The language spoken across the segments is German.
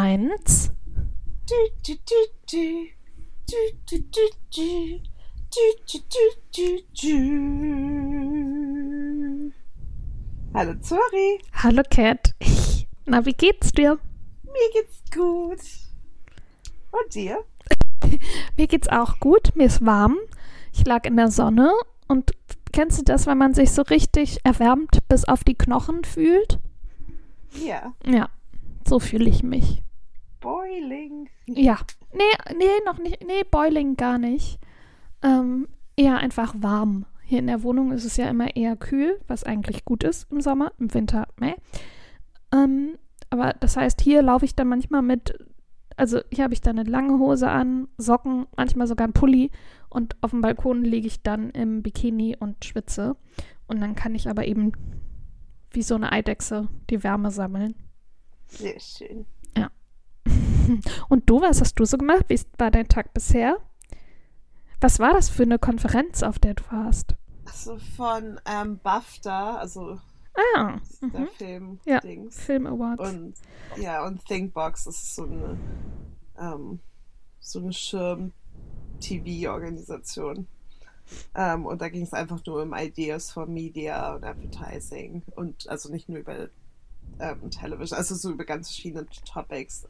1. Du, du, du, du. Du, du, du, du. Du, du, du, du, du. Hallo Zori. Hallo Kat. Na, wie geht's dir? Mir geht's gut. Und dir? Mir geht's auch gut. Mir ist warm. Ich lag in der Sonne. Und kennst du das, wenn man sich so richtig erwärmt bis auf die Knochen fühlt? Ja. Ja, so fühle ich mich. Boiling. Ja. Nee, noch nicht. Nee, Boiling gar nicht. Eher einfach warm. Hier in der Wohnung ist es ja immer eher kühl, was eigentlich gut ist im Sommer, im Winter, meh. Aber das heißt, hier laufe ich dann manchmal also hier habe ich dann eine lange Hose an, Socken, manchmal sogar einen Pulli und auf dem Balkon liege ich dann im Bikini und schwitze. Und dann kann ich aber eben wie so eine Eidechse die Wärme sammeln. Sehr schön. Ja. Und du, was hast du so gemacht? Wie war dein Tag bisher? Was war das für eine Konferenz, auf der du warst? Also von BAFTA, also der Film-Dings. Ja, Film Awards. Und Thinkbox, das ist so eine Schirm-TV-Organisation. Und da ging es einfach nur um Ideas for Media und Advertising und also nicht nur über Television, also so über ganz verschiedene Topics.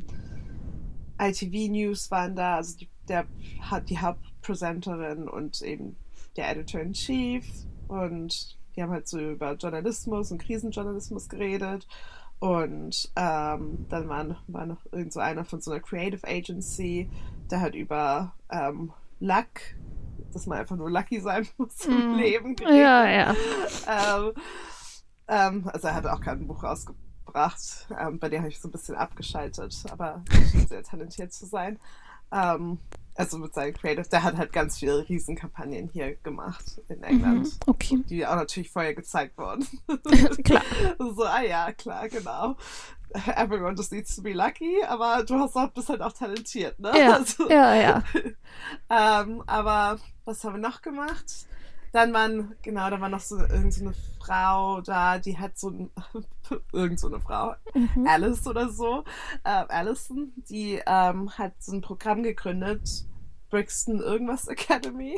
ITV-News waren da, also die Hauptpresenterin und eben der Editor-in-Chief und die haben halt so über Journalismus und Krisenjournalismus geredet und dann war noch irgend so einer von so einer Creative Agency, der hat über Luck, dass man einfach nur lucky sein muss im Leben geredet. Ja. Also er hat auch kein Buch rausgebracht, bei dem habe ich so ein bisschen abgeschaltet, aber er schien sehr talentiert zu sein. Also mit seinen Creative, der hat halt ganz viele Riesenkampagnen hier gemacht in England. Okay. Die auch natürlich vorher gezeigt wurden. Klar. So, ja, klar, genau. Everyone just needs to be lucky, aber du bist halt auch talentiert, ne? Ja, also, ja. Aber was haben wir noch gemacht? Da war noch so irgendeine Frau da, die hat irgend so eine Frau, Alice oder so, Alison, die hat so ein Programm gegründet, Brixton irgendwas Academy.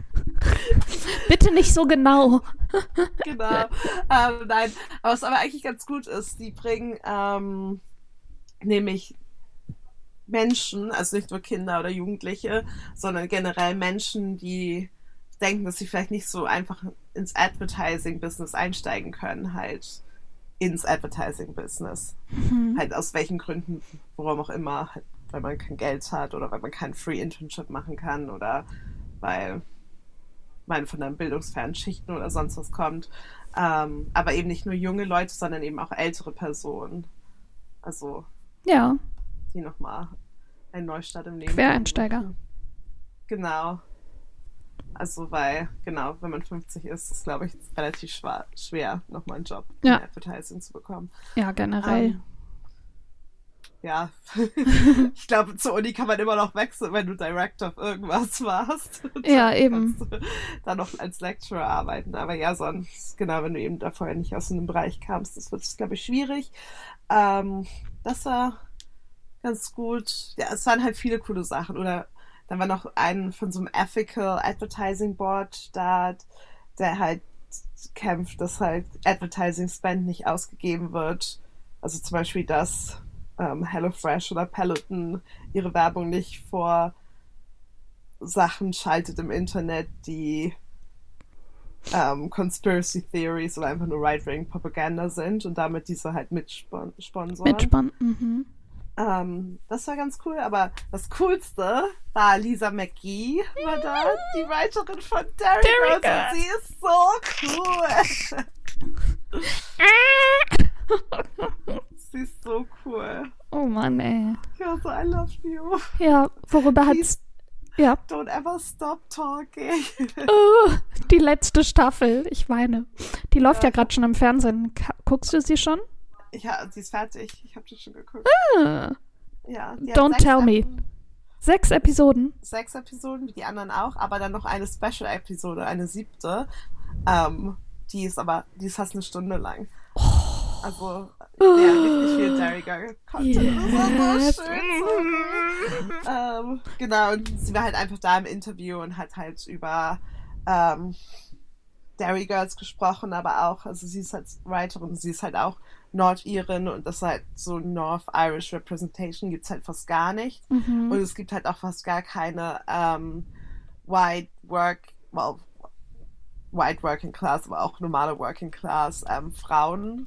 Bitte nicht so genau. Genau. Nein, aber was aber eigentlich ganz gut ist, die bringen nämlich Menschen, also nicht nur Kinder oder Jugendliche, sondern generell Menschen, die denken, dass sie vielleicht nicht so einfach ins Advertising-Business einsteigen können, halt ins Advertising-Business. Halt aus welchen Gründen, warum auch immer, halt, weil man kein Geld hat oder weil man kein Free-Internship machen kann oder weil man von einer bildungsfernen Schichten oder sonst was kommt. Aber eben nicht nur junge Leute, sondern eben auch ältere Personen. Also ja, die nochmal einen Neustart im Leben Quereinsteiger. haben. Genau. Also weil, genau, wenn man 50 ist, ist, glaube ich, relativ schwer, nochmal einen Job in Advertising zu bekommen. Ja, generell. Ja, ich glaube, zur Uni kann man immer noch wechseln, wenn du Director of irgendwas warst. Ja, eben. Kannst du dann noch als Lecturer arbeiten. Aber ja, sonst, genau, wenn du eben da vorher nicht aus einem Bereich kamst, das wird, glaube ich, schwierig. Das war ganz gut. Ja, es waren halt viele coole Sachen. Oder dann war noch ein von so einem Ethical Advertising Board da, der halt kämpft, dass halt Advertising Spend nicht ausgegeben wird. Also zum Beispiel, dass HelloFresh oder Peloton ihre Werbung nicht vor Sachen schaltet im Internet, die Conspiracy Theories oder einfach nur Right-Wing-Propaganda sind und damit diese halt sponsoren. Das war ganz cool, aber das Coolste war Lisa McGee, war da, die Writerin von Derry Girls, und sie ist so cool. Sie ist so cool. Oh Mann, ey. Ja, so I love you. Ja, worüber hat's... Ja. Don't ever stop talking. Oh, die letzte Staffel, ich weine. Die läuft ja gerade schon im Fernsehen. Guckst du sie schon? Ja, sie ist fertig. Ich habe die schon geguckt. Ja, Don't tell me. 6 Episoden? 6 Episoden, wie die anderen auch, aber dann noch eine Special-Episode, eine 7. Die ist fast eine Stunde lang. Oh. Also, Ja, richtig viel Derrick Content. Yes. Das war schön. Genau, und sie war halt einfach da im Interview und hat halt über Derry Girls gesprochen, aber auch, also sie ist halt Writerin, sie ist halt auch Nordirin und das halt so North Irish Representation gibt es halt fast gar nicht. Und es gibt halt auch fast gar keine White Working Class, aber auch normale Working Class Frauen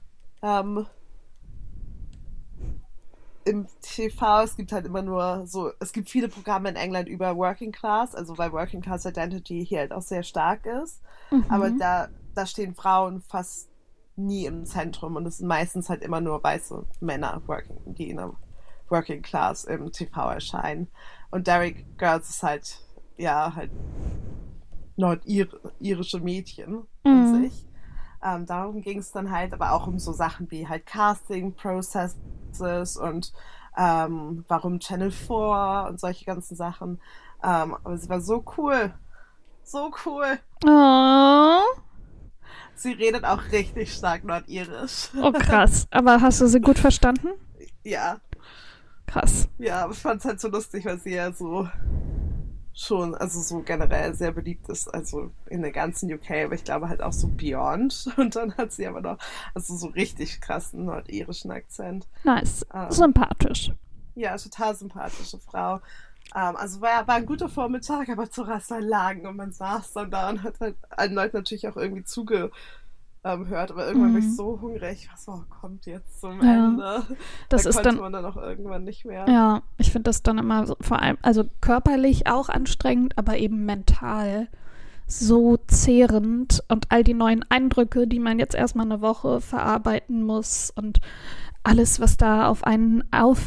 im TV. Es gibt halt immer nur so, es gibt viele Programme in England über Working Class, also weil Working Class Identity hier halt auch sehr stark ist. Aber da stehen Frauen fast nie im Zentrum und es sind meistens halt immer nur weiße Männer, die in der Working Class im TV erscheinen. Und Derry Girls ist halt, ja, halt nordirische Mädchen an sich. Darum ging es dann halt, aber auch um so Sachen wie halt Casting Processes und warum Channel 4 und solche ganzen Sachen. Aber sie war so cool. So cool. Oh. Sie redet auch richtig stark Nordirisch. Oh, krass. Aber hast du sie gut verstanden? Ja. Krass. Ja, aber ich fand es halt so lustig, weil sie ja so schon, also so generell sehr beliebt ist, also in der ganzen UK, aber ich glaube halt auch so beyond. Und dann hat sie aber noch, also so richtig krassen nordirischen Akzent. Nice. Sympathisch. Ja, total sympathische Frau. Also war ein guter Vormittag, aber zu Rasterlagen und man saß dann da und hat halt allen Leuten natürlich auch irgendwie zugehört, aber irgendwann war ich so hungrig, was kommt jetzt zum Ende? Das ist konnte man dann auch irgendwann nicht mehr. Ja, ich finde das dann immer so, vor allem, also körperlich auch anstrengend, aber eben mental so zehrend und all die neuen Eindrücke, die man jetzt erstmal eine Woche verarbeiten muss und alles, was da auf einen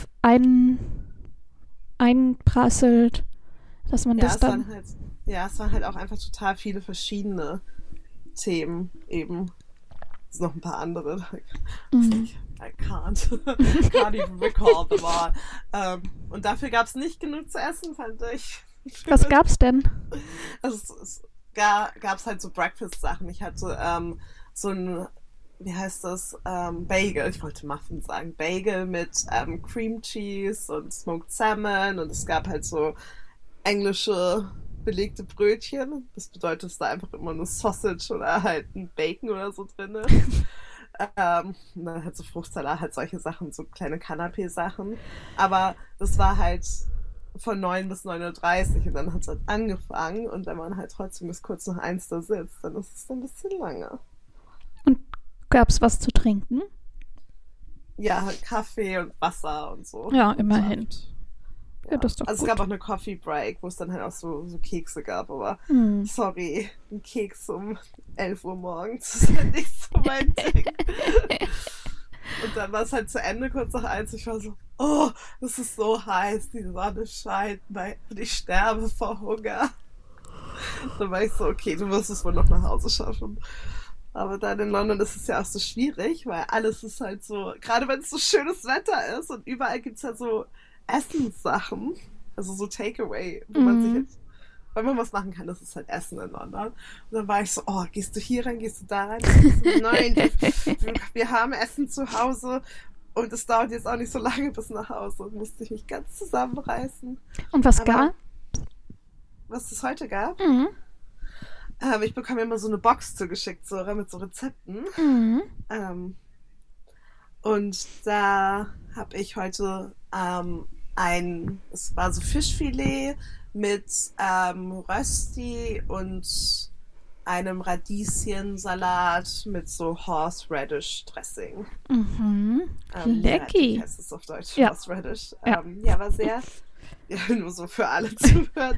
einprasselt, dass man das dann... Es waren halt auch einfach total viele verschiedene Themen eben. Es sind noch ein paar andere. I can't even recall them all. Und dafür gab es nicht genug zu essen, fand ich. Was gab's denn? Also es gab halt so Breakfast-Sachen. Ich hatte so ein, wie heißt das, Bagel, ich wollte Muffin sagen, Bagel mit Cream Cheese und Smoked Salmon und es gab halt so englische belegte Brötchen. Das bedeutet, dass da einfach immer nur Sausage oder halt ein Bacon oder so drin ist. Und dann halt so Fruchtsalat, halt solche Sachen, so kleine Canapé-Sachen. Aber das war halt von 9 bis 9:30 Uhr und dann hat es halt angefangen und wenn man halt trotzdem bis kurz nach 1 da sitzt, dann ist es ein bisschen lange. Und gab's was zu trinken? Ja, halt Kaffee und Wasser und so. Ja, immerhin. Ja, das ist doch also gut. es gab auch eine Coffee Break, wo es dann halt auch so Kekse gab, aber sorry, ein Keks um 11 Uhr morgens ist halt nicht so mein Ding. Und dann war es halt zu Ende, kurz nach 1. Ich war so, oh, es ist so heiß, die Sonne scheint und ich sterbe vor Hunger. Dann war ich so, okay, du wirst es wohl noch nach Hause schaffen. Aber dann in London ist es ja auch so schwierig, weil alles ist halt so, gerade wenn es so schönes Wetter ist und überall gibt es ja so Essenssachen, also so Takeaway, wo man sich jetzt, wenn man was machen kann, das ist halt Essen in London. Und dann war ich so, oh, gehst du hier rein, gehst du da rein? So, nein, wir haben Essen zu Hause und es dauert jetzt auch nicht so lange bis nach Hause und musste ich mich ganz zusammenreißen. Und was gab? Was es heute gab? Ich bekomme immer so eine Box zugeschickt, so mit so Rezepten. Und da habe ich heute es war so Fischfilet mit Rösti und einem Radieschensalat mit so Horseradish Dressing. Lecky. Wie heißt es auf Deutsch? Ja. Horseradish. Ja. War sehr, nur so für alle zuhören.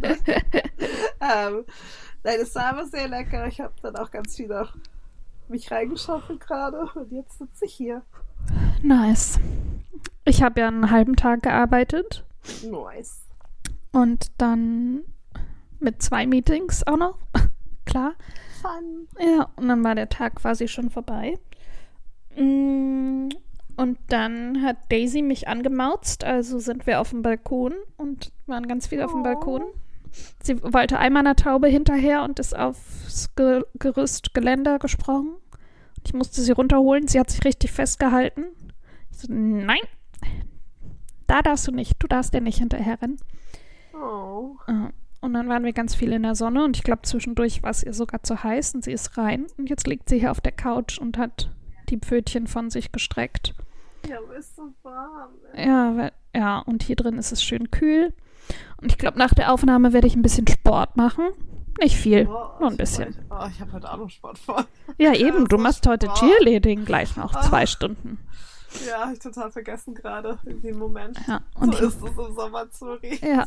Nein, es war aber sehr lecker. Ich habe dann auch ganz viel auf mich reingeschaufelt gerade und jetzt sitze ich hier. Nice. Ich habe ja einen halben Tag gearbeitet. Nice. Und dann mit 2 Meetings auch noch. Klar. Fun. Ja, und dann war der Tag quasi schon vorbei. Und dann hat Daisy mich angemauzt, also sind wir auf dem Balkon und waren ganz viel auf dem Balkon. Sie wollte einmal einer Taube hinterher und ist aufs Geländer gesprungen. Ich musste sie runterholen. Sie hat sich richtig festgehalten. So, nein, da darfst du nicht. Du darfst dir nicht hinterher rennen. Oh. Und dann waren wir ganz viel in der Sonne und ich glaube, zwischendurch war es ihr sogar zu heiß und sie ist rein. Und jetzt liegt sie hier auf der Couch und hat die Pfötchen von sich gestreckt. Ja, aber ist so warm. Ja, und hier drin ist es schön kühl. Und ich glaube, nach der Aufnahme werde ich ein bisschen Sport machen. Nicht viel, nur ein bisschen. Ich habe heute auch noch Sport vor. Ja, eben, du machst heute Cheerleading gleich noch 2 Stunden. Ja, habe ich total vergessen gerade, irgendwie im Moment. Ja, und so ist es im Sommer, sorry. Ja.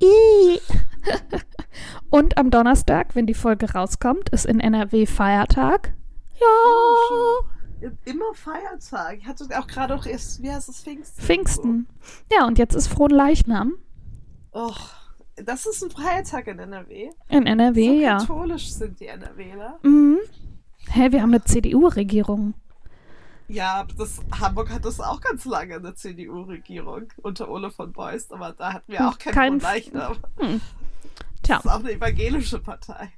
Und am Donnerstag, wenn die Folge rauskommt, ist in NRW Feiertag. Ja. Immer Feiertag. Ich hatte auch gerade auch erst, wie heißt es, Pfingsten? Pfingsten. Ja, und jetzt ist Fronleichnam. Och, das ist ein Feiertag in NRW. In NRW, so ja. Katholisch sind die NRWler. Mhm. Hä, wir haben eine CDU-Regierung. Ja, Hamburg hat das auch ganz lange, eine CDU-Regierung unter Ole von Beust, aber da hatten wir auch keinen Fronleichnam. Tja. Das ist auch eine evangelische Partei.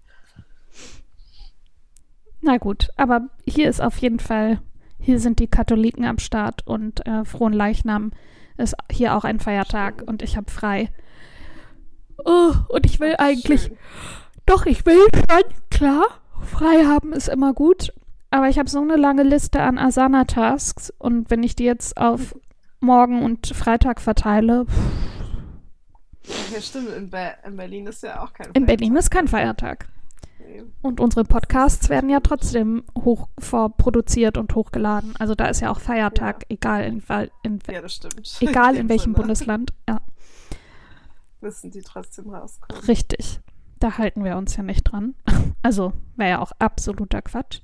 Na gut, aber hier ist auf jeden Fall, hier sind die Katholiken am Start und Fronleichnam ist hier auch ein Feiertag und ich habe frei. Oh, und ich will eigentlich, doch, ich will schon, klar, frei haben ist immer gut, aber ich habe so eine lange Liste an Asana-Tasks und wenn ich die jetzt auf morgen und Freitag verteile. Ja, stimmt, in Berlin ist ja auch kein Feiertag. In Berlin ist kein Feiertag. Nee. Und unsere Podcasts werden ja trotzdem vorproduziert und hochgeladen. Also da ist ja auch Feiertag, egal ja, das stimmt. Egal in welchem Bundesland. Ja. Müssen die trotzdem rauskommen. Richtig. Da halten wir uns ja nicht dran. Also wäre ja auch absoluter Quatsch.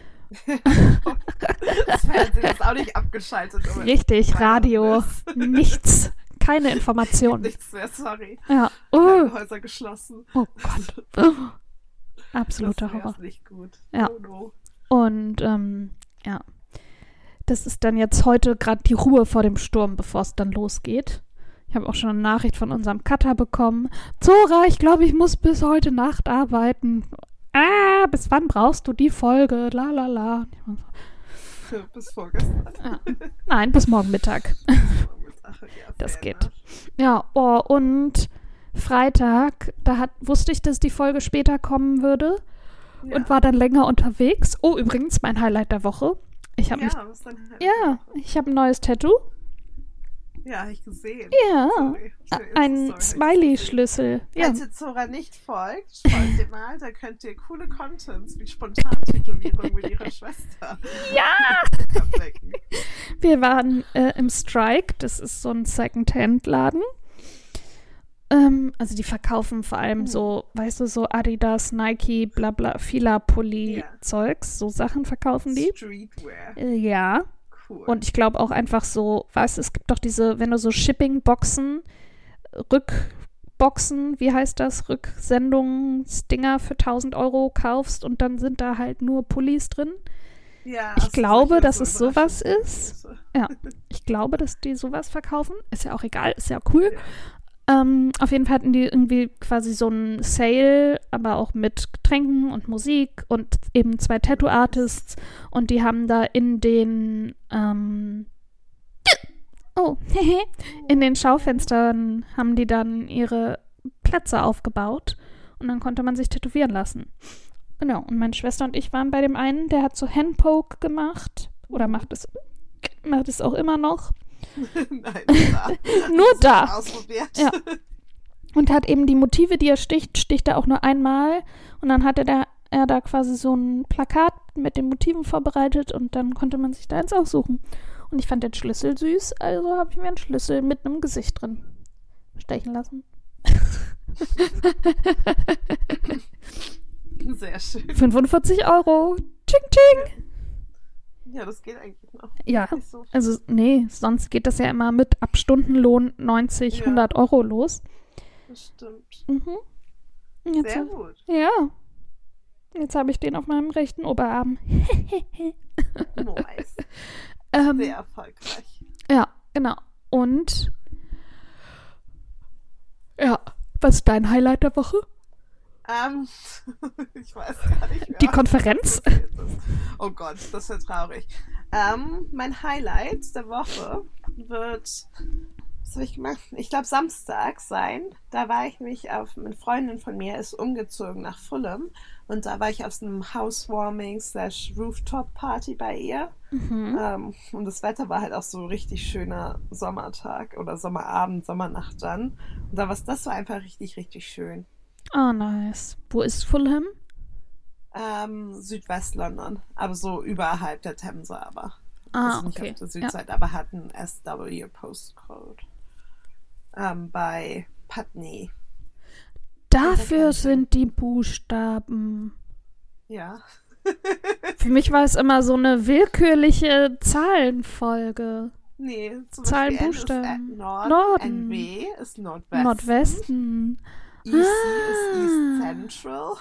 Das Fernsehen ist auch nicht abgeschaltet. Richtig, Radio, nichts. Keine Informationen. Nichts mehr, sorry. Ja. Häuser geschlossen. Oh Gott. Absoluter Horror. Das ist nicht gut. Ja. Oh no. Und ja. Das ist dann jetzt heute gerade die Ruhe vor dem Sturm, bevor es dann losgeht. Ich habe auch schon eine Nachricht von unserem Cutter bekommen. Zora, ich glaube, ich muss bis heute Nacht arbeiten. Bis wann brauchst du die Folge? La la la. Bis vorgestern. Ja. Nein, bis morgen Mittag. Das geht. Ja, und Freitag, wusste ich, dass die Folge später kommen würde und war dann länger unterwegs. Oh, übrigens, mein Highlight der Woche. Ich habe ein neues Tattoo. Ja, habe ich gesehen. Ja, ein Smiley-Schlüssel. Falls ihr Zora nicht folgt ihr mal, da könnt ihr coole Contents wie Spontan-Tätowierung mit ihrer Schwester. Ja! Abdecken. Wir waren im Strike, das ist so ein Second-Hand-Laden. Also die verkaufen vor allem so, weißt du, so Adidas, Nike, bla bla, Fila-Pulli-Zeugs, so Sachen verkaufen die. Streetwear. Ja. Cool. Und ich glaube auch einfach so, weißt du, es gibt doch diese, wenn du so Shipping-Boxen, Rückboxen, wie heißt das, Rücksendungsdinger für 1.000 € kaufst und dann sind da halt nur Pullis drin. Ja, ich glaube, dass es sowas ist. Ja, ich glaube, dass die sowas verkaufen. Ist ja auch egal, ist ja cool. Ja. Auf jeden Fall hatten die irgendwie quasi so einen Sale, aber auch mit Getränken und Musik und eben 2 Tattoo-Artists und die haben da in den in den Schaufenstern haben die dann ihre Plätze aufgebaut und dann konnte man sich tätowieren lassen. Genau, und meine Schwester und ich waren bei dem einen, der hat so Handpoke gemacht oder macht es auch immer noch. Nein, nur da. Ausprobiert. Ja. Und hat eben die Motive, die er sticht er auch nur einmal. Und dann hatte er da quasi so ein Plakat mit den Motiven vorbereitet und dann konnte man sich da eins aussuchen. Und ich fand den Schlüssel süß, also habe ich mir einen Schlüssel mit einem Gesicht drin stechen lassen. Sehr schön. 45 €. Tsching, tsching. Ja, das geht eigentlich noch. Ja, also nee, sonst geht das ja immer mit ab Stundenlohn 90, 100 € los. Das stimmt. Mhm. Sehr gut. Ja. Jetzt habe ich den auf meinem rechten Oberarm. Nice. Sehr erfolgreich. Ja, genau. Und ja, was ist dein Highlight der Woche? Ich weiß gar nicht mehr. Die Konferenz? Oh Gott, das wird traurig. Mein Highlight der Woche wird, was habe ich gemacht? Ich glaube Samstag sein. Da war ich nämlich eine Freundin von mir ist umgezogen nach Fulham und da war ich auf so einem Housewarming/Rooftop-Party bei ihr. Und das Wetter war halt auch so richtig schöner Sommertag oder Sommerabend, Sommernacht dann. Und das war einfach richtig, richtig schön. Oh, nice. Wo ist Fulham? Südwest-London, aber so überhalb der Themse, aber also nicht Okay. auf der Ja. Südseite, aber hat einen SW-Postcode bei Putney. Dafür sind die Buchstaben. Ja. Für mich war es immer so eine willkürliche Zahlenfolge. Nee, zum Zahlen, Beispiel Buchstaben. N ist Nord, Norden. NW ist Nordwesten. Nordwesten. EC ist East Central.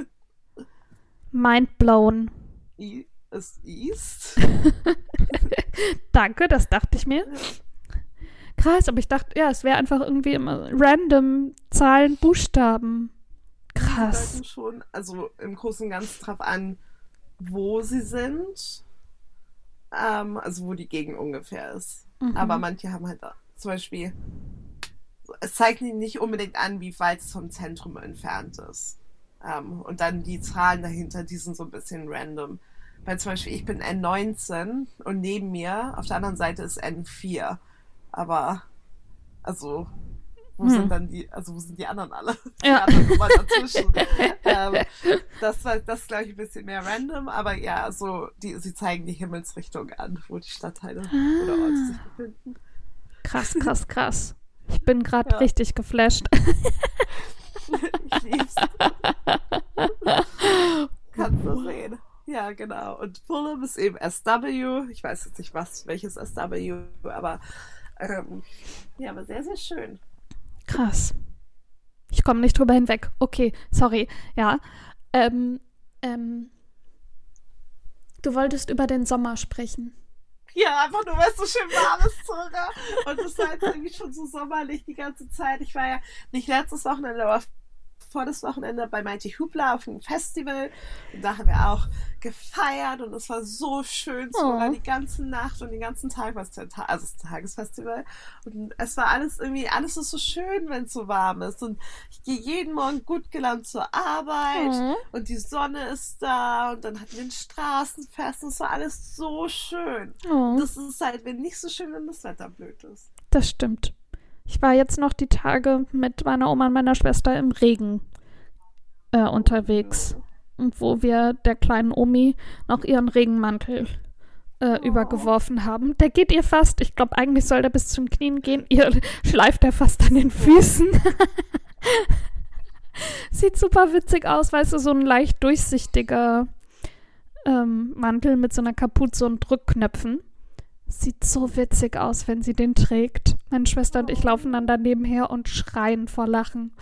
Mind blown. E ist East. Danke, das dachte ich mir. Krass, aber ich dachte, ja, es wäre einfach irgendwie immer random Zahlen, Buchstaben. Die Krass. deuten schon, also im Großen und Ganzen drauf an, wo sie sind. Also wo die Gegend ungefähr ist. Aber manche haben halt zum Beispiel, es zeigt nicht unbedingt an, wie weit es vom Zentrum entfernt ist. Und dann die Zahlen dahinter, die sind so ein bisschen random. Weil zum Beispiel ich bin N19 und neben mir auf der anderen Seite ist N4. Aber, also, wo sind die anderen alle? Die Ja. anderen Nummern dazwischen. Das ist, glaube ich, ein bisschen mehr random, aber ja, so, sie zeigen die Himmelsrichtung an, wo die Stadtteile oder Orte sich befinden. Krass, krass, krass. Ich bin gerade richtig geflasht. Ich lieb's. Kannst du sehen. Ja, genau. Und Fulham ist eben SW. Ich weiß jetzt nicht, welches SW, aber ja, aber sehr, sehr schön. Krass. Ich komme nicht drüber hinweg. Okay, sorry. Ja. Du wolltest über den Sommer sprechen. Ja, einfach nur, weil es so schön warm ist, Zora. Und es war jetzt irgendwie schon so sommerlich die ganze Zeit. Ich war ja nicht letztes Wochenende, aber vor das Wochenende bei Mighty Hoopla auf einem Festival. Und da haben wir auch gefeiert und es war so schön, Zora, die ganze Nacht und den ganzen Tag, also das Tagesfestival. Und es war alles ist so schön, wenn es so warm ist. Und ich gehe jeden Morgen gut gelaunt zur Arbeit und die Sonne ist da und dann hatten wir ein Straßenfest und es war alles so schön. Das ist halt, wenn nicht so schön, wenn das Wetter blöd ist. Das stimmt. Ich war jetzt noch die Tage mit meiner Oma und meiner Schwester im Regen unterwegs. Und wo wir der kleinen Omi noch ihren Regenmantel übergeworfen haben. Der geht ihr fast. Ich glaube, eigentlich soll der bis zu den Knien gehen. Ihr schleift er fast an den Füßen. Sieht super witzig aus, weißt du, so ein leicht durchsichtiger Mantel mit so einer Kapuze und Drückknöpfen. Sieht so witzig aus, wenn sie den trägt. Meine Schwester und ich laufen dann daneben her und schreien vor Lachen.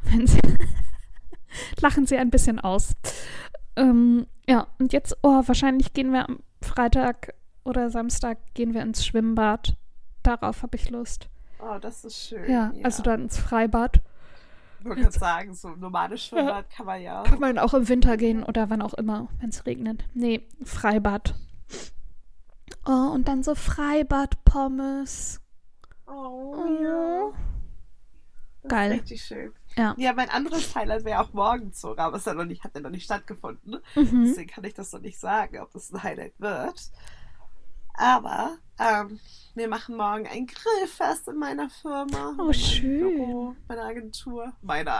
Lachen sie ein bisschen aus. Ja, und jetzt, wahrscheinlich gehen wir am Freitag oder Samstag gehen wir ins Schwimmbad. Darauf habe ich Lust. Oh, das ist schön. Ja, also dann ins Freibad. Ich wollte gerade sagen, so ein normales Schwimmbad kann man ja. Kann man auch im Winter gehen oder wann auch immer, wenn es regnet. Nee, Freibad. Oh, und dann so Freibad-Pommes. Ja. Das Geil. ist richtig schön. Ja. Ja, mein anderes Highlight wäre auch morgen sogar, aber hat ja noch nicht stattgefunden. Deswegen kann ich das noch nicht sagen, ob das ein Highlight wird. Aber wir machen morgen ein Grillfest in meiner Firma. Oh, schön. Büro, meine Agentur.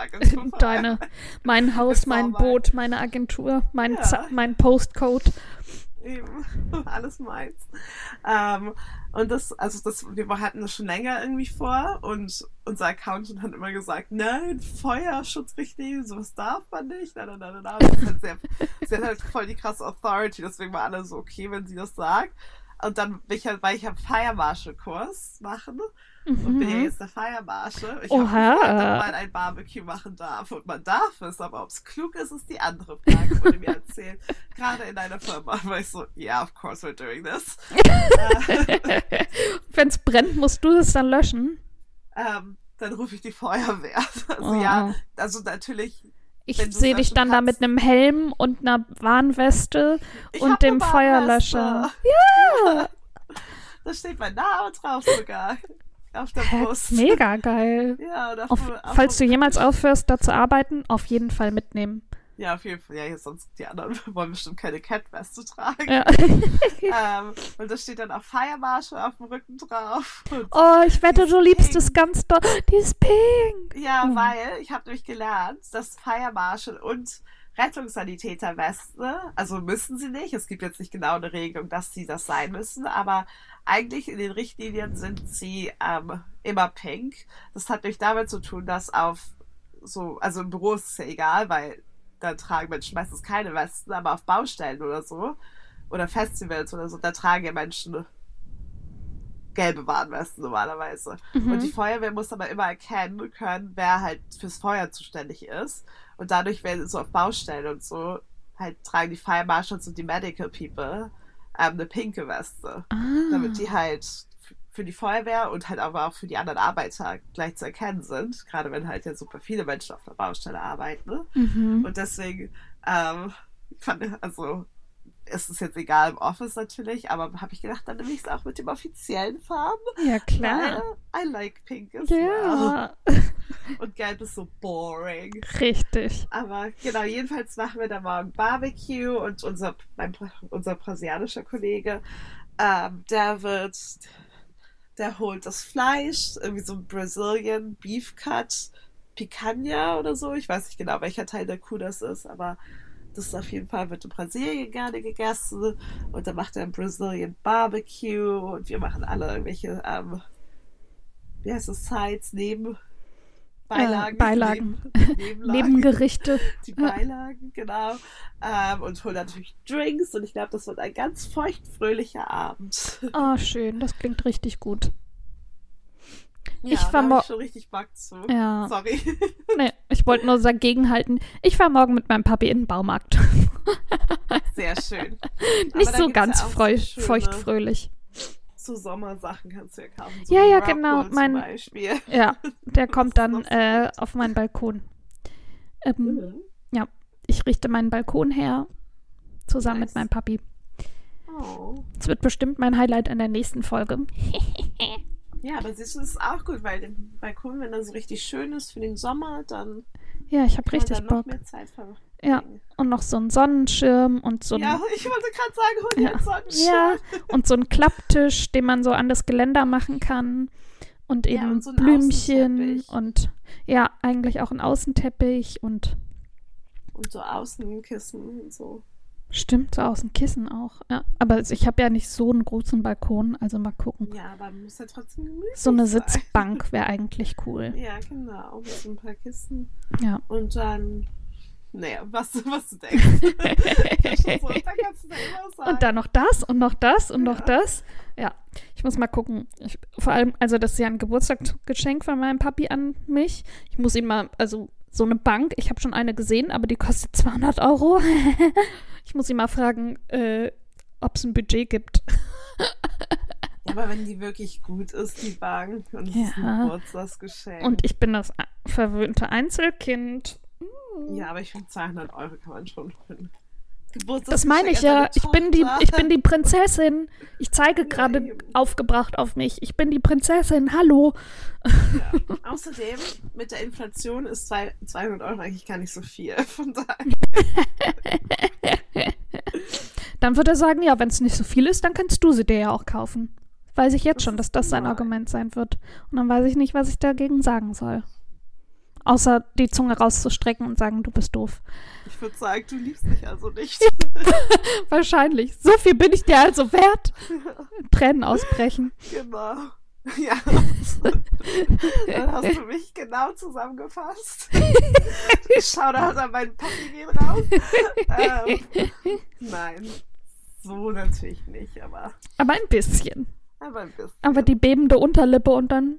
Mein Haus, Ist mein vorbei. Boot, meine Agentur, mein Ja. mein Postcode. Eben, alles meins. Und wir hatten das schon länger irgendwie vor und unser Accountant hat immer gesagt, nein, Feuerschutzrichtlinien, sowas darf man nicht. Nein. Das ist halt sie hat halt voll die krasse Authority, deswegen war alle so, okay, wenn sie das sagt. Und dann weil ich Fire Marshal Kurs machen und bin ja jetzt der Fire Marshal. Ich habe gefragt, ob man ein Barbecue machen darf und man darf es, aber ob es klug ist, ist die andere Frage, wurde mir erzählt. Gerade in einer Firma war ich so, yeah, of course we're doing this. Wenn es brennt, musst du es dann löschen? Dann rufe ich die Feuerwehr. Also ja, also natürlich Ich Wenn du's sehe dich löschen dann da kannst. mit einem Helm und einer Warnweste Ich und hab dem eine Feuerlöscher. Warnweste. Da steht mein Name drauf sogar. Auf der Hä? Brust. Mega geil. Ja, und Falls du jemals aufhörst, da zu arbeiten, auf jeden Fall mitnehmen. Ja, auf jeden Fall. Ja, sonst die anderen wollen bestimmt keine Catweste tragen. Ja. Und da steht dann auch Fire Marshal auf dem Rücken drauf. Und Oh, ich wette, die du ist liebst pink. es ganz doll. Die ist pink. Ja, Oh. weil ich habe nämlich gelernt, dass Fire Marshal und Rettungssanitäterweste, also müssen sie nicht, es gibt jetzt nicht genau eine Regelung, dass sie das sein müssen, aber eigentlich in den Richtlinien sind sie immer pink. Das hat nämlich damit zu tun, dass also im Büro ist es ja egal, weil da tragen Menschen meistens keine Westen, aber auf Baustellen oder so, oder Festivals oder so, da tragen ja Menschen gelbe Warnwesten normalerweise. Mhm. Und die Feuerwehr muss aber immer erkennen können, wer halt fürs Feuer zuständig ist. Und dadurch, wenn so auf Baustellen und so, halt tragen die Fire Marshals und die Medical People eine pinke Weste. Damit die halt für die Feuerwehr und halt aber auch für die anderen Arbeiter gleich zu erkennen sind. Gerade wenn halt ja super viele Menschen auf der Baustelle arbeiten. Ne? Mhm. Und deswegen, also es ist jetzt egal im Office natürlich, aber habe ich gedacht, dann nehme ich es auch mit dem offiziellen Farben. Ja, klar. Weil I like pink as well. Ja, Und gelb ist so boring. richtig. Aber genau, jedenfalls machen wir da morgen Barbecue und unser brasilianischer Kollege, der holt das Fleisch, irgendwie so ein Brazilian Beef Cut Picanha oder so. Ich weiß nicht genau, welcher Teil der Kuh das ist, aber das ist auf jeden Fall, wird in Brasilien gerne gegessen. Und dann macht er ein Brazilian Barbecue und wir machen alle irgendwelche, wie heißt das, Sides, Beilagen. Nebengerichte. Die Beilagen, genau. Und holen natürlich Drinks und ich glaube, das wird ein ganz feuchtfröhlicher Abend. Oh, schön. Das klingt richtig gut. Ja, Ich war da hab ich schon richtig Bock zu. Ja. Sorry. Nee, ich wollte nur dagegenhalten. Ich fahre morgen mit meinem Papi in den Baumarkt. Sehr schön. Nicht Aber da so gibt's ganz ja auch so schöne- feuchtfröhlich. So Sommersachen kannst du ja kaufen. So Ja, wie ja, Rockwool genau, zum Beispiel. Ja, der kommt Das ist dann noch so gut. auf meinen Balkon. Ich richte meinen Balkon her, zusammen Nice. mit meinem Papi. Oh. Es wird bestimmt mein Highlight in der nächsten Folge. Ja, aber siehst du, das ist auch gut, weil der Balkon, wenn er so richtig schön ist für den Sommer, dann Ja, ich habe kann man richtig dann noch Bock. mehr Zeit verbringen. Ja, und noch so einen Sonnenschirm und so ein, Ja, ich wollte gerade sagen, hol dir einen Sonnenschirm. ja, und so einen Klapptisch, den man so an das Geländer machen kann. Und Ja, eben und so einen Blümchen Außenteppich. und ja, eigentlich auch ein Außenteppich und Und so Außenkissen und so. stimmt, so Außenkissen auch. Ja, aber ich habe ja nicht so einen großen Balkon, also mal gucken. Ja, aber muss ja trotzdem gemütlich So eine sein. Sitzbank wäre eigentlich cool. Ja, genau. Mit so ein paar Kissen. Ja. Und dann, naja, was du denkst. Ja, schon so, da kannst du da immer sagen. Und dann noch das und noch das und noch Ja. das. Ja, ich muss mal gucken. Vor allem, also das ist ja ein Geburtstagsgeschenk von meinem Papi an mich. Ich muss ihm mal, also so eine Bank, ich habe schon eine gesehen, aber die kostet 200 Euro. Ich muss ihn mal fragen, ob es ein Budget gibt. Ja, aber wenn die wirklich gut ist, die Bank, und es ist Ja. ein Geburtstagsgeschenk. Und ich bin das verwöhnte Einzelkind. Ja, aber ich finde 200 Euro kann man schon für ein Geburtstagsgeschenk Das meine ich an ja. deine Ich bin die Prinzessin. Ich zeige Ja, gerade eben. aufgebracht auf mich. Ich bin die Prinzessin. Hallo. Ja. Außerdem, mit der Inflation ist 200 Euro eigentlich gar nicht so viel. Von daher. Dann würde er sagen, ja, wenn es nicht so viel ist, dann kannst du sie dir ja auch kaufen. Weiß ich jetzt Das schon, dass ist das sein gemein. Argument sein wird. Und dann weiß ich nicht, was ich dagegen sagen soll. Außer die Zunge rauszustrecken und sagen, du bist doof. Ich würde sagen, du liebst mich also nicht. Wahrscheinlich. So viel bin ich dir also wert. Tränen ausbrechen. Genau. Ja. Dann hast du mich genau zusammengefasst. Shoutout an meinen Papi gehen raus. Nein, so natürlich nicht, aber Aber ein bisschen. ein bisschen. Aber die bebende Unterlippe und dann.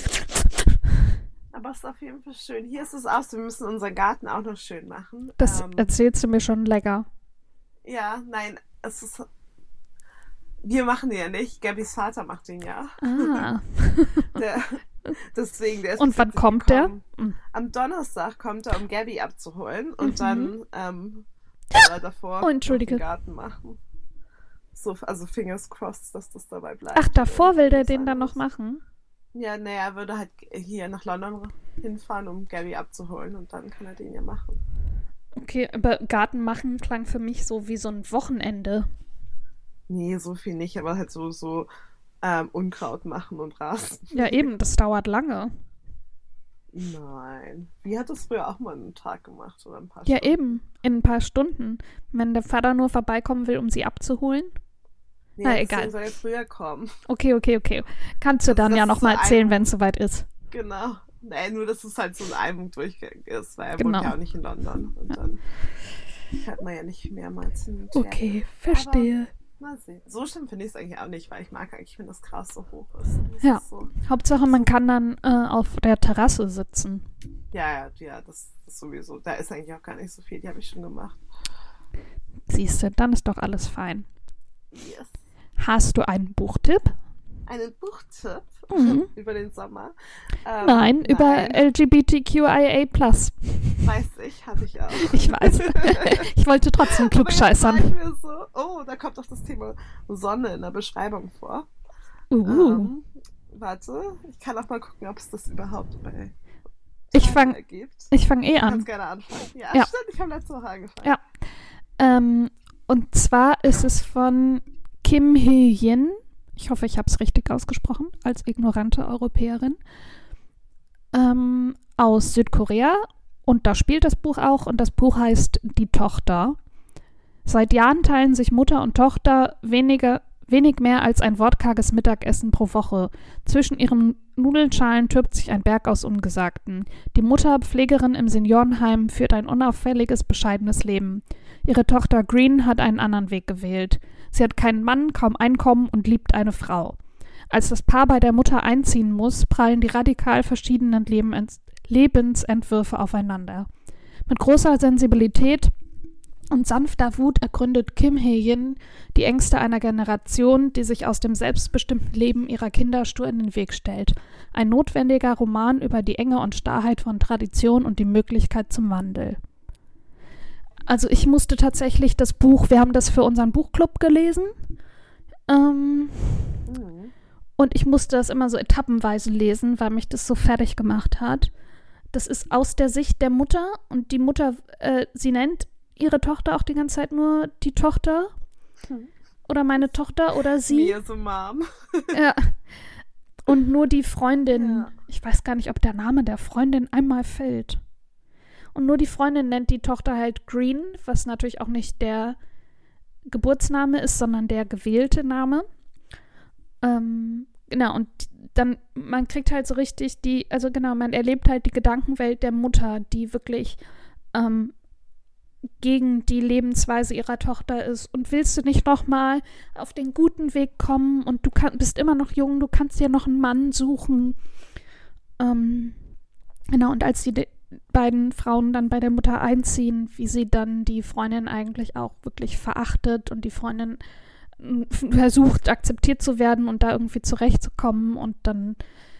Aber es ist auf jeden Fall schön. Hier ist es auch so, wir müssen unseren Garten auch noch schön machen. Das erzählst du mir schon lecker. Ja, nein, es ist. Wir machen den ja nicht. Gabys Vater macht den ja. Ah. Deswegen, der ist Und bis wann jetzt kommt gekommen. der? Hm. am Donnerstag kommt er, um Gabby abzuholen und dann soll er davor Oh, entschuldige. den Garten machen. So, also fingers crossed, dass das dabei bleibt. Ach, davor will der Irgendwie den dann was noch machen? Ja, naja, er würde halt hier nach London hinfahren, um Gabby abzuholen und dann kann er den ja machen. Okay, aber Garten machen klang für mich so wie so ein Wochenende. Nee, so viel nicht, aber halt so Unkraut machen und Rasen. Ja, eben, das dauert lange. Nein. Wie hat das früher auch mal einen Tag gemacht oder ein paar Ja, Stunden? eben, in ein paar Stunden. Wenn der Vater nur vorbeikommen will, um sie abzuholen. Nee, Na, deswegen egal. soll er früher kommen. Okay. Kannst du dann Das ja ist nochmal so erzählen, ein- wenn es soweit ist. Genau. Nee, nur, dass es halt so ein Album-Durchgang ist, weil er Genau. wohnt ja auch nicht in London. Und dann fährt man ja nicht mehrmals hin und her. Okay, verstehe. Mal sehen. So schlimm finde ich es eigentlich auch nicht, weil ich mag eigentlich, wenn das Gras so hoch ist. Das Ja. ist so, Hauptsache, man kann dann auf der Terrasse sitzen. ja, das ist sowieso. Da ist eigentlich auch gar nicht so viel. Die habe ich schon gemacht. Siehst du, dann ist doch alles fein. Yes. Hast du einen Buchtipp? Einen Buchtipp Mhm. über den Sommer. Nein, über LGBTQIA+. Weiß ich, hatte ich auch. Ich weiß. Ich wollte trotzdem Aber jetzt war klugscheißern. ich mir so, da kommt auch das Thema Sonne in der Beschreibung vor. Warte, ich kann auch mal gucken, ob es das überhaupt bei Ich Title fang gibt. Ich fange Du an. kannst gerne anfangen. Ja, Ja. stimmt, ich habe letzte Woche angefangen. Ja. Und zwar ist es von Kim Hye-jin. Ich hoffe, ich habe es richtig ausgesprochen, als ignorante Europäerin. Aus Südkorea. Und da spielt das Buch auch. Und das Buch heißt Die Tochter. Seit Jahren teilen sich Mutter und Tochter wenig mehr als ein wortkarges Mittagessen pro Woche. Zwischen ihren Nudelschalen türmt sich ein Berg aus Ungesagten. Die Mutter, Pflegerin im Seniorenheim, führt ein unauffälliges, bescheidenes Leben. Ihre Tochter Green hat einen anderen Weg gewählt. Sie hat keinen Mann, kaum Einkommen und liebt eine Frau. Als das Paar bei der Mutter einziehen muss, prallen die radikal verschiedenen Lebensentwürfe aufeinander. Mit großer Sensibilität und sanfter Wut ergründet Kim Hye-jin die Ängste einer Generation, die sich aus dem selbstbestimmten Leben ihrer Kinder stur in den Weg stellt. Ein notwendiger Roman über die Enge und Starrheit von Tradition und die Möglichkeit zum Wandel. Also ich musste tatsächlich das Buch, wir haben das für unseren Buchclub gelesen, und ich musste das immer so etappenweise lesen, weil mich das so fertig gemacht hat. Das ist aus der Sicht der Mutter und die Mutter, sie nennt ihre Tochter auch die ganze Zeit nur die Tochter oder meine Tochter oder sie. Me as a mom. Ja. Und nur die Freundin, Ja. ich weiß gar nicht, ob der Name der Freundin einmal fällt. Und nur die Freundin nennt die Tochter halt Green, was natürlich auch nicht der Geburtsname ist, sondern der gewählte Name. Genau, und dann, man kriegt halt so richtig man erlebt halt die Gedankenwelt der Mutter, die wirklich gegen die Lebensweise ihrer Tochter ist. Und willst du nicht nochmal auf den guten Weg kommen und du bist immer noch jung, du kannst dir noch einen Mann suchen. Genau, und als die beiden Frauen dann bei der Mutter einziehen, wie sie dann die Freundin eigentlich auch wirklich verachtet und die Freundin versucht, akzeptiert zu werden und da irgendwie zurechtzukommen und dann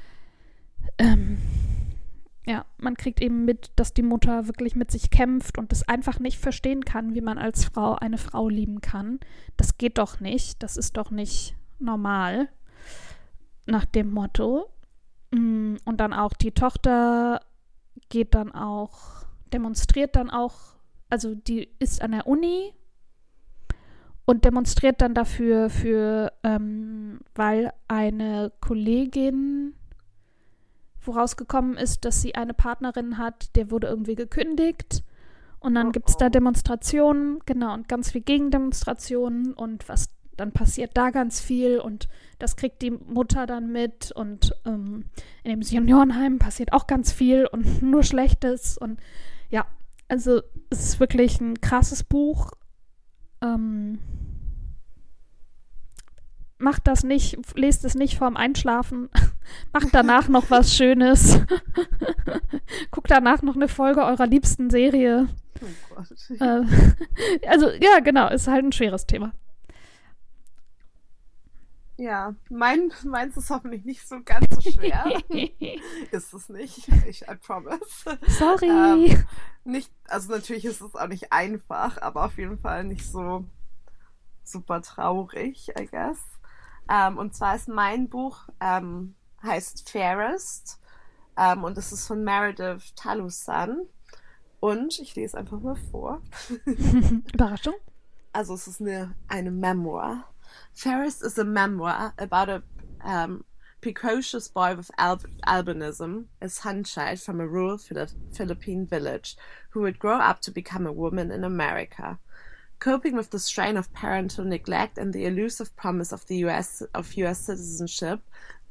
man kriegt eben mit, dass die Mutter wirklich mit sich kämpft und es einfach nicht verstehen kann, wie man als Frau eine Frau lieben kann. Das geht doch nicht, das ist doch nicht normal, nach dem Motto. Und dann auch die Tochter demonstriert dann auch, also die ist an der Uni und demonstriert dann dafür, weil eine Kollegin vorausgekommen ist, dass sie eine Partnerin hat, der wurde irgendwie gekündigt und dann gibt es da Demonstrationen, genau, und ganz viel Gegendemonstrationen und was dann passiert da ganz viel und das kriegt die Mutter dann mit und in dem Seniorenheim passiert auch ganz viel und nur Schlechtes und ja, also es ist wirklich ein krasses Buch. Macht das nicht, lest es nicht vorm Einschlafen, macht danach noch was Schönes, guckt danach noch eine Folge eurer liebsten Serie. Oh Gott. Also ja, genau, ist halt ein schweres Thema. Ja, meins ist hoffentlich nicht so ganz so schwer. Ist es nicht. I promise. Sorry. Nicht, also natürlich ist es auch nicht einfach, aber auf jeden Fall nicht so super traurig, I guess. Und zwar ist mein Buch, heißt Fairest, und es ist von Meredith Talusan. Und ich lese einfach mal vor. Überraschung. Also es ist eine Memoir. Fairest is a memoir about a precocious boy with albinism, a son child from a rural Philippine village, who would grow up to become a woman in America. Coping with the strain of parental neglect and the elusive promise of US citizenship,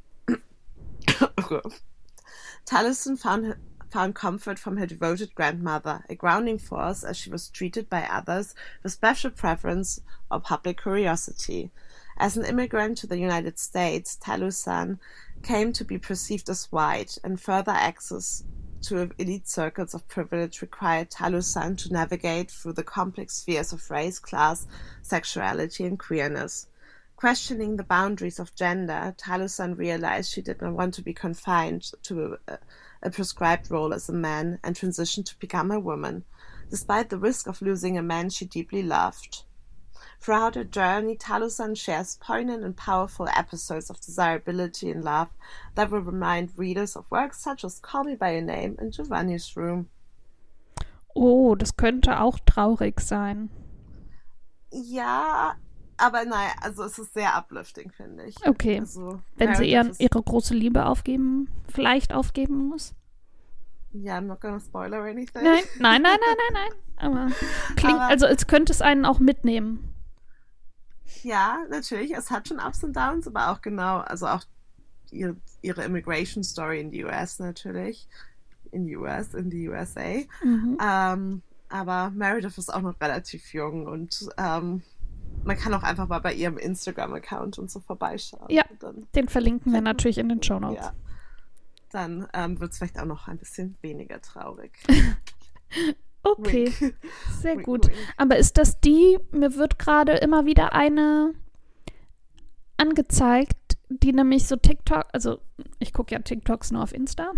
Talusan found comfort from her devoted grandmother, a grounding force as she was treated by others with special preference or public curiosity. As an immigrant to the United States, Talusan came to be perceived as white, and further access to elite circles of privilege required Talusan to navigate through the complex spheres of race, class, sexuality, and queerness. Questioning the boundaries of gender, Talusan realized she did not want to be confined to a prescribed role as a man and transitioned to become a woman, despite the risk of losing a man she deeply loved. Throughout her journey, Talusan shares poignant and powerful episodes of desirability and love that will remind readers of works such as Call Me By Your Name and Giovanni's Room. Oh, das könnte auch traurig sein. Ja, aber naja, also es ist sehr uplifting, finde ich. Okay, also, wenn sie ihre große Liebe vielleicht aufgeben muss. Ja, I'm not gonna spoil or anything. Nein. Aber also als könnte es einen auch mitnehmen. Ja, natürlich. Es hat schon Ups und Downs, aber auch genau, also auch ihre Immigration Story in die US natürlich. In die USA. Aber Meredith ist auch noch relativ jung und man kann auch einfach mal bei ihrem Instagram-Account und so vorbeischauen. Ja, den verlinken wir natürlich in den Shownotes. Ja. Dann wird es vielleicht auch noch ein bisschen weniger traurig. Okay, sehr gut. Aber ist das mir wird gerade immer wieder eine angezeigt, die nämlich so TikTok, also ich gucke ja TikToks nur auf Insta,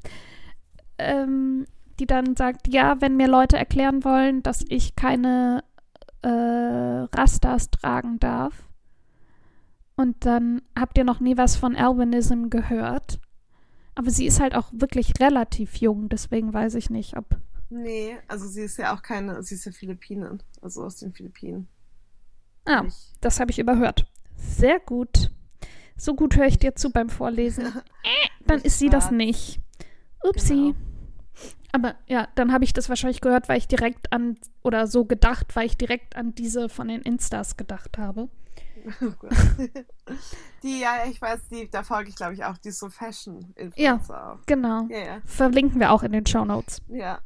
die dann sagt, ja, wenn mir Leute erklären wollen, dass ich keine Rastas tragen darf und dann habt ihr noch nie was von Albinism gehört. Aber sie ist halt auch wirklich relativ jung, deswegen weiß ich nicht, ob... Nee, also sie ist ja Philippinin, also aus den Philippinen. Ah, das habe ich überhört. Sehr gut. So gut höre ich dir zu beim Vorlesen. Dann ist sie das nicht. Upsi. Genau. Aber ja, dann habe ich das wahrscheinlich gehört, weil ich direkt weil ich direkt an diese von den Instas gedacht habe. Oh Gott. Ich weiß, da folge ich, glaube ich, auch, die ist so Fashion-Influencer. Ja, genau. Ja. Verlinken wir auch in den Shownotes. Ja.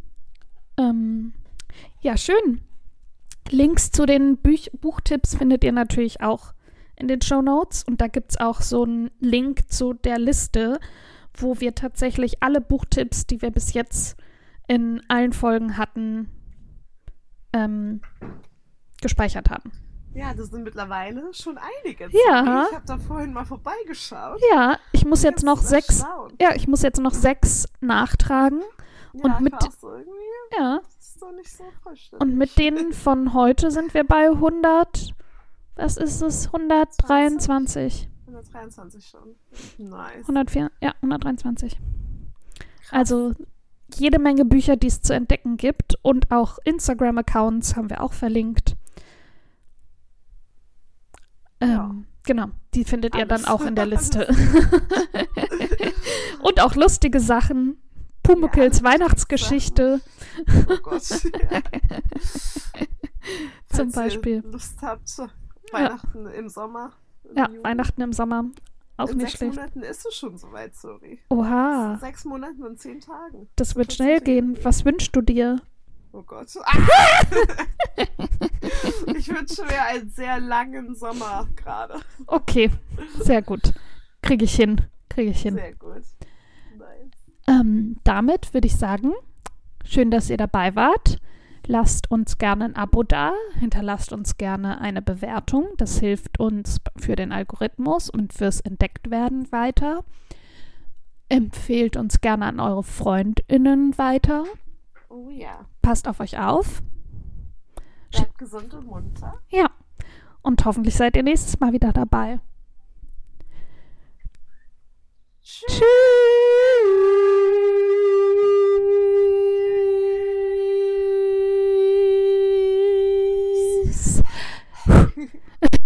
Ja, schön. Links zu den Buchtipps findet ihr natürlich auch in den Shownotes. Und da gibt es auch so einen Link zu der Liste, wo wir tatsächlich alle Buchtipps, die wir bis jetzt in allen Folgen hatten, gespeichert haben. Ja, das sind mittlerweile schon einige. Ja. Ich habe da vorhin mal vorbeigeschaut. Ja, ich muss jetzt noch 6 nachtragen. Ja, Und mit, auch so irgendwie. ja. Das ist doch nicht so vollständig. Und mit denen von heute sind wir bei 100, was ist es? 123. 123 schon. Nice. 123. Krass. Krass. Also jede Menge Bücher, die es zu entdecken gibt. Und auch Instagram-Accounts haben wir auch verlinkt. Genau, die findet ihr dann auch in der Liste. Und auch lustige Sachen. Pumuckls Weihnachtsgeschichte. Oh Gott. Zum Beispiel. Ihr Lust habt, Weihnachten im Sommer. Ja, Weihnachten im Sommer. Auch in nicht 6 schlecht. Monaten ist es schon soweit, sorry. Oha. 6 Monaten und 10 Tagen. Das wird schnell gehen. Was wünschst du dir? Oh Gott. Ich wünsche mir einen sehr langen Sommer gerade. Okay, sehr gut. Kriege ich hin. Sehr gut. Nice. Damit würde ich sagen, schön, dass ihr dabei wart. Lasst uns gerne ein Abo da, hinterlasst uns gerne eine Bewertung. Das hilft uns für den Algorithmus und fürs Entdecktwerden weiter. Empfehlt uns gerne an eure FreundInnen weiter. Oh ja. Passt auf euch auf. Bleibt gesund und munter. Ja. Und hoffentlich seid ihr nächstes Mal wieder dabei. Tschüss. Tschüss.